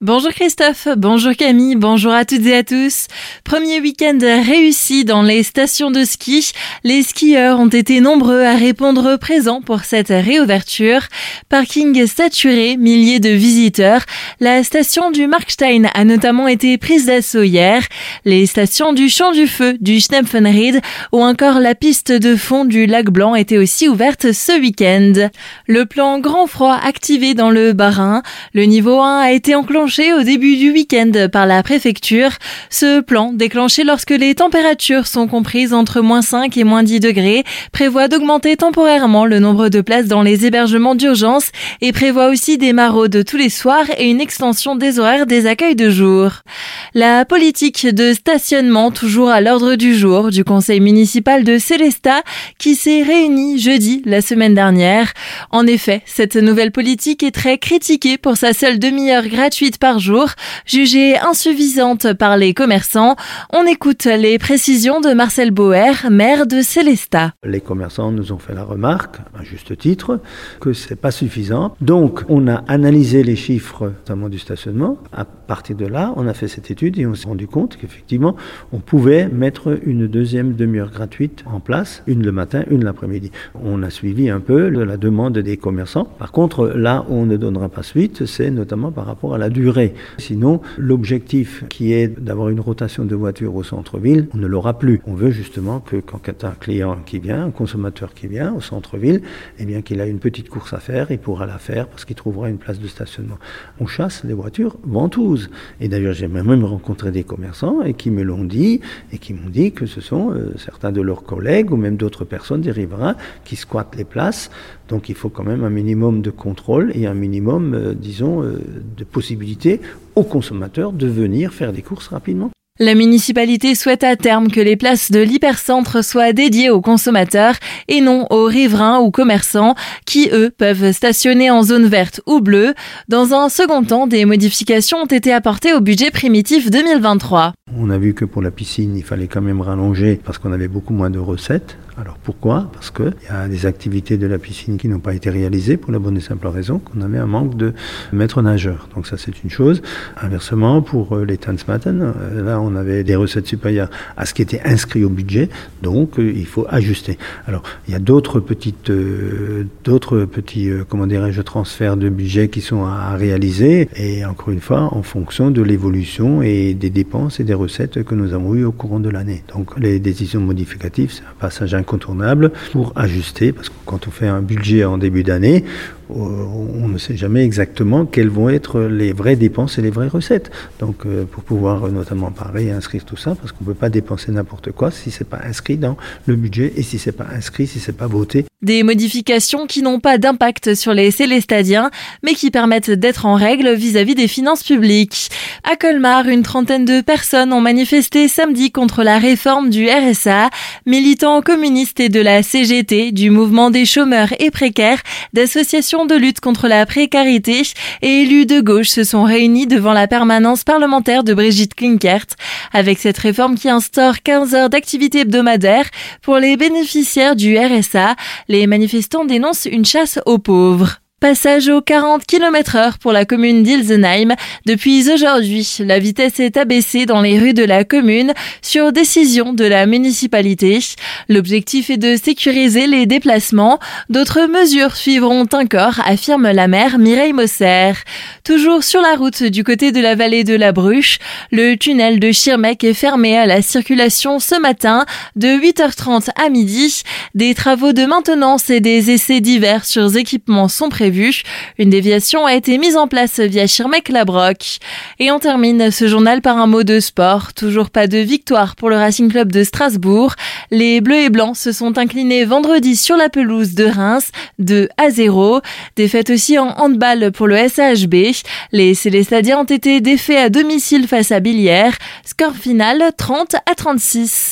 Bonjour Christophe, bonjour Camille, bonjour à toutes et à tous. Premier week-end réussi dans les stations de ski. Les skieurs ont été nombreux à répondre présents pour cette réouverture. Parking saturé, milliers de visiteurs. La station du Markstein a notamment été prise d'assaut hier. Les stations du Champ du Feu, du Schnepfenried ou encore la piste de fond du Lac Blanc étaient aussi ouvertes ce week-end. Le plan grand froid activé dans le Bas-Rhin. Le niveau 1 a été enclenché au début du week-end par la préfecture. Ce plan, déclenché lorsque les températures sont comprises entre -5 et -10 degrés, prévoit d'augmenter temporairement le nombre de places dans les hébergements d'urgence et prévoit aussi des maraudes tous les soirs et une extension des horaires des accueils de jour. La politique de stationnement toujours à l'ordre du jour du conseil municipal de Sélestat qui s'est réuni jeudi la semaine dernière. En effet, cette nouvelle politique est très critiquée pour sa seule demi-heure gratuite par jour, jugée insuffisante par les commerçants. On écoute les précisions de Marcel Bauer, maire de Sélestat. Les commerçants nous ont fait la remarque, à juste titre, que c'est pas suffisant. Donc, on a analysé les chiffres, notamment du stationnement. À partir de là, on a fait cette étude et on s'est rendu compte qu'effectivement, on pouvait mettre une deuxième demi-heure gratuite en place, une le matin, une l'après-midi. On a suivi un peu la demande des commerçants. Par contre, là où on ne donnera pas suite, c'est notamment par rapport à la durée. Sinon, l'objectif qui est d'avoir une rotation de voitures au centre-ville, on ne l'aura plus. On veut justement que quand un client qui vient, un consommateur qui vient au centre-ville, eh bien qu'il a une petite course à faire, il pourra la faire parce qu'il trouvera une place de stationnement. On chasse les voitures ventouses. Et d'ailleurs, j'ai même rencontré des commerçants et qui me l'ont dit et qui m'ont dit que ce sont certains de leurs collègues ou même d'autres personnes des riverains qui squattent les places. Donc il faut quand même un minimum de contrôle et un minimum, de possibilités aux consommateurs de venir faire des courses rapidement. La municipalité souhaite à terme que les places de l'hypercentre soient dédiées aux consommateurs et non aux riverains ou commerçants qui, eux, peuvent stationner en zone verte ou bleue. Dans un second temps, des modifications ont été apportées au budget primitif 2023. On a vu que pour la piscine, il fallait quand même rallonger parce qu'on avait beaucoup moins de recettes. Alors pourquoi ? Parce qu'il y a des activités de la piscine qui n'ont pas été réalisées pour la bonne et simple raison qu'on avait un manque de maîtres nageurs. Donc ça, c'est une chose. Inversement, pour les Tanzmatten, là, on avait des recettes supérieures à ce qui était inscrit au budget. Donc, il faut ajuster. Alors, il y a d'autres petits transferts de budget qui sont à réaliser. Et encore une fois, en fonction de l'évolution et des dépenses et des recettes que nous avons eues au courant de l'année. Donc, les décisions modificatives, c'est un passage incontournable pour ajuster, parce que quand on fait un budget en début d'année, on ne sait jamais exactement quelles vont être les vraies dépenses et les vraies recettes. Donc, pour pouvoir notamment inscrire tout ça, parce qu'on ne peut pas dépenser n'importe quoi si c'est pas inscrit dans le budget et si c'est pas inscrit, si c'est pas voté. Des modifications qui n'ont pas d'impact sur les Célestadiens, mais qui permettent d'être en règle vis-à-vis des finances publiques. À Colmar, une trentaine de personnes ont manifesté samedi contre la réforme du RSA. Militants communistes et de la CGT, du mouvement des chômeurs et précaires, d'associations de lutte contre la précarité et élus de gauche se sont réunis devant la permanence parlementaire de Brigitte Klinkert. Avec cette réforme qui instaure 15 heures d'activité hebdomadaire pour les bénéficiaires du RSA, les manifestants dénoncent une chasse aux pauvres. Passage aux 40 km/h pour la commune d'Ilsenheim. Depuis aujourd'hui, la vitesse est abaissée dans les rues de la commune sur décision de la municipalité. L'objectif est de sécuriser les déplacements. D'autres mesures suivront encore, affirme la maire Mireille Mosser. Toujours sur la route du côté de la vallée de la Bruche, le tunnel de Schirmeck est fermé à la circulation ce matin de 8h30 à midi. Des travaux de maintenance et des essais divers sur équipements sont prévus. Une déviation a été mise en place via Schirmeck-Labroque. Et on termine ce journal par un mot de sport. Toujours pas de victoire pour le Racing Club de Strasbourg. Les Bleus et Blancs se sont inclinés vendredi sur la pelouse de Reims 2-0. Défaite aussi en handball pour le SAHB. Les Célestadiens ont été défaits à domicile face à Billières. Score final 30-36.